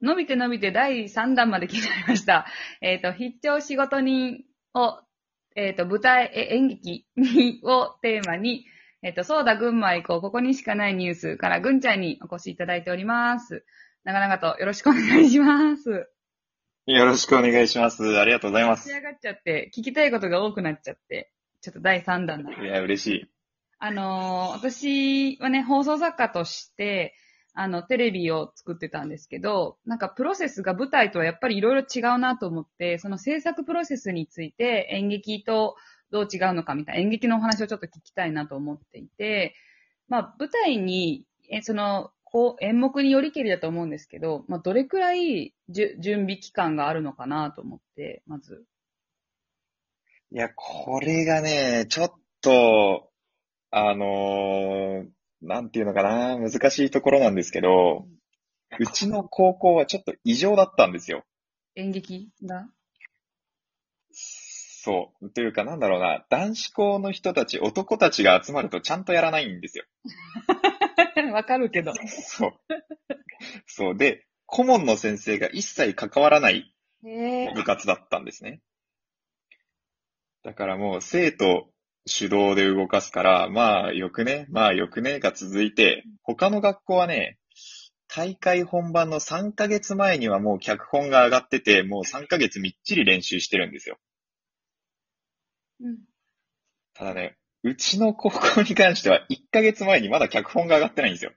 伸びて伸びて第3弾まで決まりました。必聴仕事人を、舞台、演劇をテーマに、そうだ、群馬行こう、ここにしかないニュースからぐんちゃんにお越しいただいております。長々とよろしくお願いします。 よろしくお願いします。ありがとうございます。 仕上がっちゃって、聞きたいことが多くなっちゃって、ちょっと第3弾だ。 いや、嬉しい。 私はね、放送作家として、テレビを作ってたんですけど、なんかプロセスが舞台とはやっぱりいろいろ違うなと思って、その制作プロセスについて演劇とどう違うのかみたいな、演劇のお話をちょっと聞きたいなと思っていて、まあ舞台に、演目によりけりだと思うんですけど、まあどれくらい準備期間があるのかなと思って、まず。 いや、これがね、ちょっと、あのーなんていうのかな、難しいところなんですけど、うちの高校はちょっと異常だったんですよ。 演劇がそう。というか、なんだろうな、男子校の人たち、男たちが集まるとちゃんとやらないんですよ。 わかるけど。 そう。そう。で、顧問の先生が一切関わらないへえ。 部活だったんですね。だからもう生徒主導で動かすから、まあよくねが続いて、他の学校はね、大会本番の3ヶ月前にはもう脚本が上がってて、もう3ヶ月みっちり練習してるんですよ。 うん。 ただね、うちの高校に関しては1ヶ月前にまだ脚本が上がってないんですよ。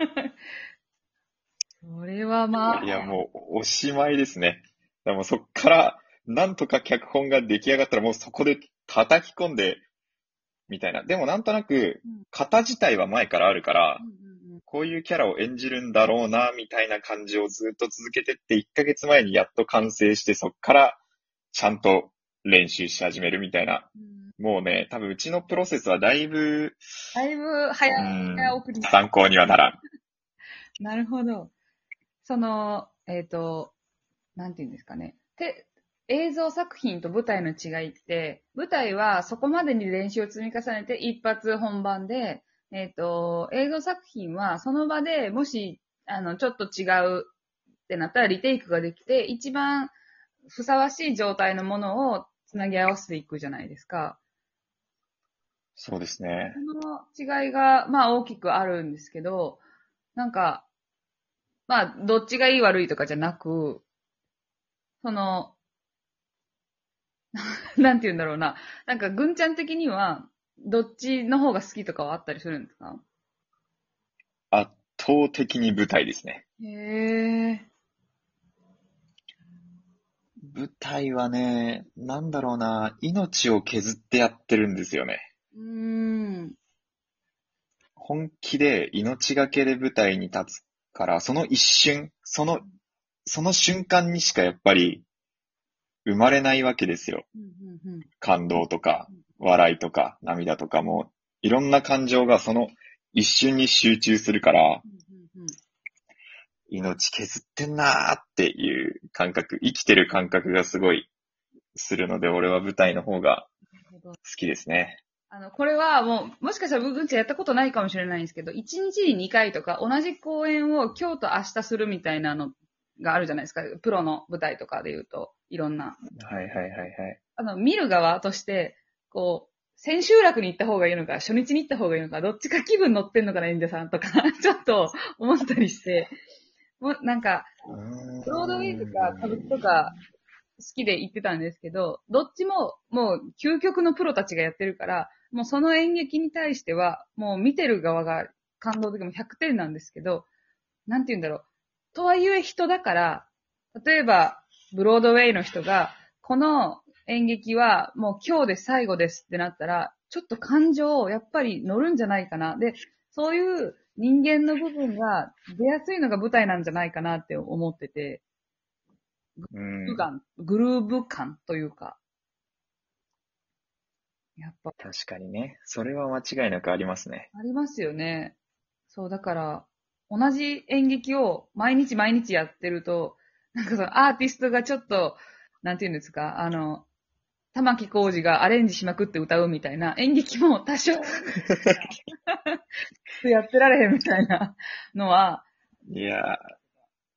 それはまあ、 いや、もうおしまいですね。でもそっから、なんとか脚本が出来上がったらもうそこで叩き込んで、みたいな。でもなんとなく、 うん、 型自体は前からあるから、 うんうんうん。 こういうキャラを演じるんだろうな、みたいな感じをずっと続けてって、1ヶ月前にやっと完成して、そっからちゃんと練習し始めるみたいな。 うん、 もうね、多分うちのプロセスはだいぶ、 だいぶ早送り。 参考にはならん。 なるほど。その、なんていうんですかね。映像作品と舞台の違いって、舞台はそこまでに練習を積み重ねて一発本番で、映像作品はその場でもし、ちょっと違うってなったらリテイクができて、一番ふさわしい状態のものをつなぎ合わせていくじゃないですか。 そうですね。 その違いが、まあ大きくあるんですけど、なんか、まあ、どっちがいい悪いとかじゃなく、その、なんて言うんだろうな。なんか、ぐんちゃん的には、どっちの方が好きとかはあったりするんですか？ 圧倒的に舞台ですね。 へえ。 舞台はね、なんだろうな、命を削ってやってるんですよね。 うーん。 本気で命がけで舞台に立つから、その一瞬、その瞬間にしかやっぱり生まれないわけですよ。 うんうんうん。 感動とか、笑いとか、涙とかも、いろんな感情がその一瞬に集中するから、 うんうんうん。 命削ってんなーっていう感覚、生きてる感覚がすごいするので、俺は舞台の方がなるほど。 好きですね。 これはもう、もしかしたらぐんちゃんやったことないかもしれないんですけど、1日に2回とか同じ公演を今日と明日するみたいなのがあるじゃないですか。プロの舞台とかで言うと、いろんな。 はいはいはいはい。 見る側として、こう、千秋楽に行った方がいいのか、初日に行った方がいいのか、どっちか気分乗ってんのかな、演者さんとか、ちょっと思ったりして、もうなんか、 うーブロードウェイとか歌舞伎とん。 か好きで行ってたんですけど、どっちももう究極のプロたちがやってるから、もうその演劇に対しては、もう見てる側が感動的にも100点なんですけど、なんて言うんだろう。とはいえ人だから、例えば、ブロードウェイの人が、この演劇はもう今日で最後ですってなったら、ちょっと感情やっぱり乗るんじゃないかな。で、そういう人間の部分が出やすいのが舞台なんじゃないかなって思ってて、 うん。 グルーヴ感というか、やっぱ確かにね。それは間違いなくありますね。 ありますよね。そう、だから、同じ演劇を毎日毎日やってると、なんかそのアーティストがちょっと、なんていうんですか、玉置浩二がアレンジしまくって歌うみたいな演劇も多少やってられへんみたいなのは、 いや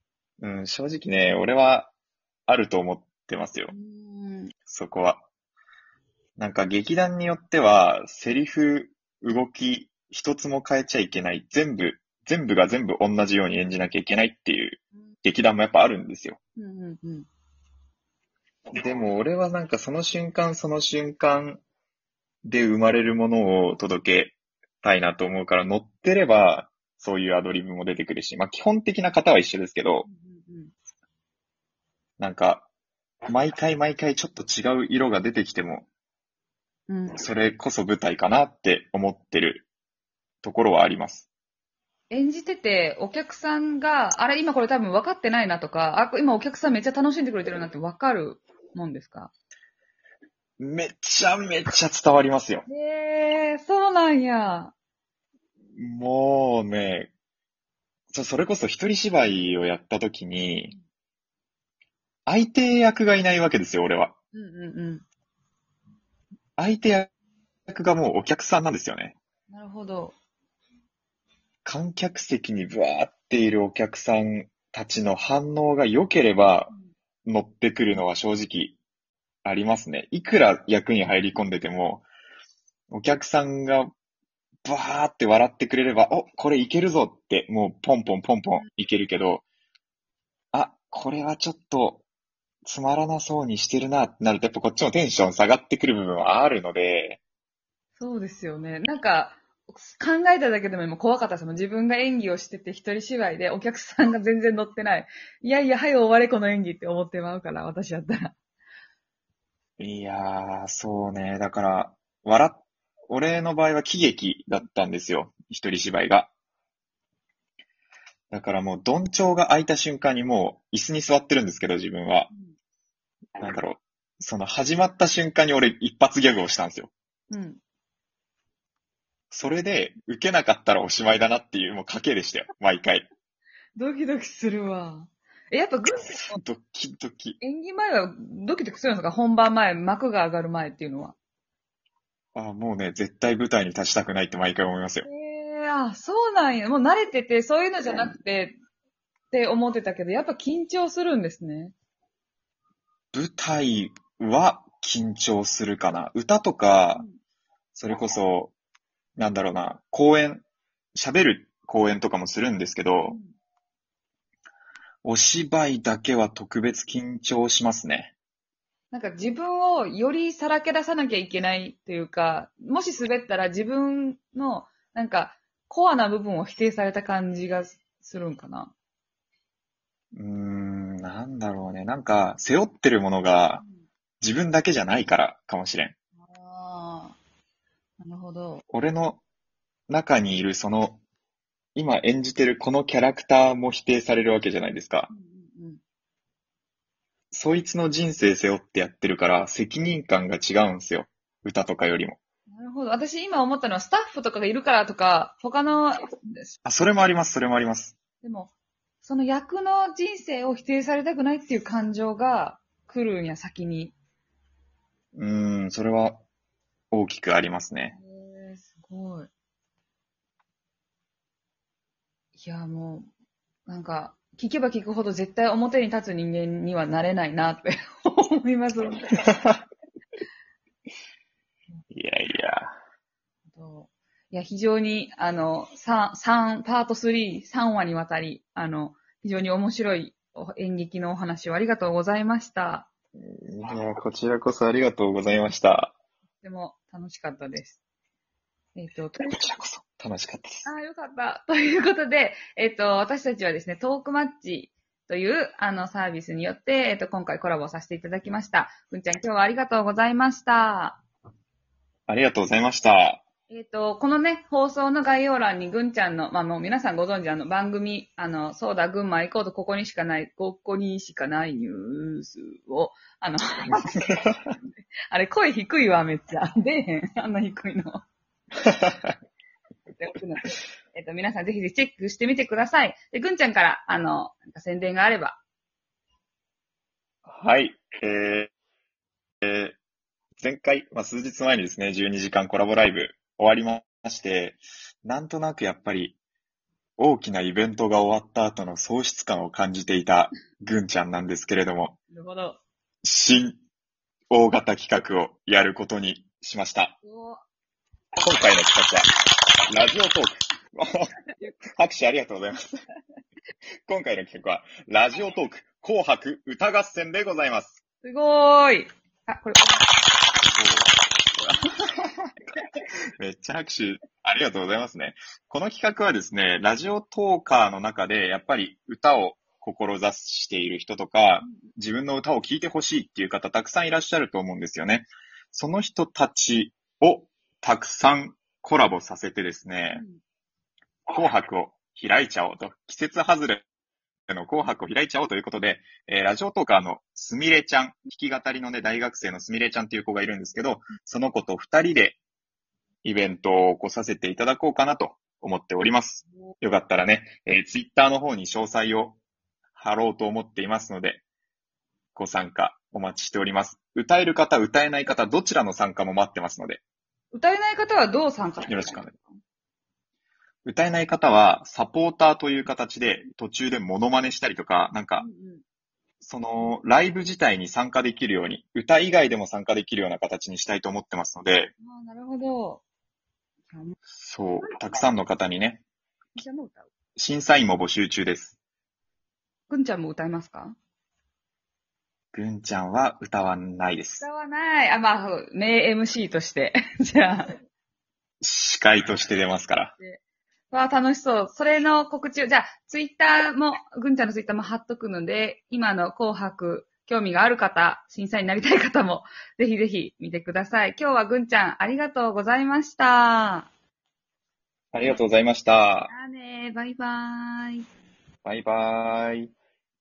うん、正直ね、俺はあると思ってますよ。 ん。 そこは。なんか劇団によっては、セリフ、動き、一つも変えちゃいけない。全部が全部同じように演じなきゃいけないっていう劇団もやっぱあるんですよ。 うんうんうん。 でも俺はなんかその瞬間その瞬間で生まれるものを届けたいなと思うから乗ってれば、そういうアドリブも出てくるし、まあ基本的な型は一緒ですけど、 うんなんか、毎回毎回ちょっと違う色が出てきても、 うんうん。 それこそ舞台かなって思ってるところはあります。 演じてて、お客さんが、あれ、今これ多分分かってないなとか、あ、今お客さんめっちゃ楽しんでくれてるなって分かるもんですか？ めちゃめちゃ伝わりますよ。 へえ、そうなんや。 もうね、それこそ一人芝居をやった時に、相手役がいないわけですよ、俺は。 うんうんうん。 相手役がもうお客さんなんですよね。 なるほど。 観客席にブワーっているお客さんたちの反応が良ければ乗ってくるのは正直ありますね。いくら役に入り込んでても、お客さんがバーって笑ってくれれば、お、これいけるぞって、もうポンポンポンポンいけるけど、あ、これはちょっとつまらなそうにしてるなってなると、やっぱこっちもテンション下がってくる部分はあるので、 そうですよね。なんか、考えただけでも今怖かったですもん。自分が演技をしてて一人芝居でお客さんが全然乗ってない。いやいや、はい終われこの演技って思ってまうから、私やったら。 いやー、そうね。だから、笑っ、俺の場合は喜劇だったんですよ。一人芝居が。だからもう、どんちょうが開いた瞬間にもう、椅子に座ってるんですけど、自分は。なんだろう。その始まった瞬間に俺一発ギャグをしたんですよ。 うん。 それで、受けなかったらおしまいだなっていう、もう賭けでしたよ。毎回。 ドキドキするわ。やっぱグンってドキドキ。 演技前はドキドキするんですか？本番前、幕が上がる前っていうのは。 あ、もうね、絶対舞台に立ちたくないって毎回思いますよ。 あ、そうなんや。もう慣れてて、そういうのじゃなくてって思ってたけど、やっぱ緊張するんですね。 舞台は緊張するかな。歌とか、それこそ、なんだろうな、喋る公演とかもするんですけど、お芝居だけは特別緊張しますね。 なんか自分をよりさらけ出さなきゃいけないというか、もし滑ったら自分のなんかコアな部分を否定された感じがするんかな。 なんだろうね。なんか、背負ってるものが自分だけじゃないからかもしれん。 ああ、なるほど。 俺の中にいる今演じてるこのキャラクターも否定されるわけじゃないですか。 うんそいつの人生背負ってやってるから責任感が違うんですよ。歌とかよりも。 なるほど。私今思ったのはスタッフとかがいるからとか、他の、 あ、それもあります、それもあります。 でも、その役の人生を否定されたくないっていう感情が来るんや、先に。 それは大きくありますね。 すごい。いや、もう、なんか、聞けば聞くほど絶対表に立つ人間にはなれないなって思います。 いやいや。 いや、非常に、パート3、3話にわたり、非常に面白い演劇のお話をありがとうございました。 いや、こちらこそありがとうございました。 とても楽しかったです。 こちらこそ楽しかったです。 ああ、よかった。ということで、私たちはですね、トークマッチという、サービスによって、今回コラボさせていただきました。ぐんちゃん、今日はありがとうございました。 ありがとうございました。 このね、放送の概要欄にぐんちゃんの、まあ、もう皆さんご存知番組、そうだ、群馬行こうとここにしかない、ここにしかないニュースを、あれ、声低いわ、めっちゃ。出えへん、あんな低いの。皆さんぜひぜひチェックしてみてください。で、ぐんちゃんから、なんか宣伝があれば。 はい。前回、数日前にですね、12時間コラボライブ終わりまして、なんとなくやっぱり大きなイベントが終わった後の喪失感を感じていたぐんちゃんなんですけれども、 なるほど。 新大型企画をやることにしました。 お今回の企画は、ラジオトーク。拍手ありがとうございます。今回の企画は、ラジオトーク紅白歌合戦でございます。 すごーい。あ、これ。 めっちゃ拍手ありがとうございますね。この企画はですね、ラジオトーカーの中でやっぱり歌を志している人とか、自分の歌を聴いてほしいっていう方たくさんいらっしゃると思うんですよね。その人たちをたくさんコラボさせてですね、紅白を開いちゃおうと、季節外れの紅白を開いちゃおうということで、ラジオトーカーのすみれちゃん、弾き語りのね、大学生のすみれちゃんっていう子がいるんですけど、その子と二人でイベントを起こさせていただこうかなと思っております。よかったらね、ツイッターの方に詳細を貼ろうと思っていますので、ご参加お待ちしております。歌える方、歌えない方、どちらの参加も待ってますので。 歌えない方はどう参加するよろしくお願いします。歌えない方は、サポーターという形で、途中でモノマネしたりとか、その、ライブ自体に参加できるように、歌以外でも参加できるような形にしたいと思ってますので、 なるほど。 そう、たくさんの方にね、審査員も募集中です。 ぐんちゃんも歌いますか？ ぐんちゃんは歌わないです。 歌わない。まあ、名 MC として。じゃあ。 司会として出ますから。 楽しそう。それの告知を、じゃあ、ツイッターも、ぐんちゃんのツイッターも貼っとくので、今の紅白、興味がある方、審査員になりたい方も、ぜひぜひ見てください。今日はぐんちゃん、ありがとうございました。 ありがとうございました。 じゃあね、バイバーイ。 バイバーイ。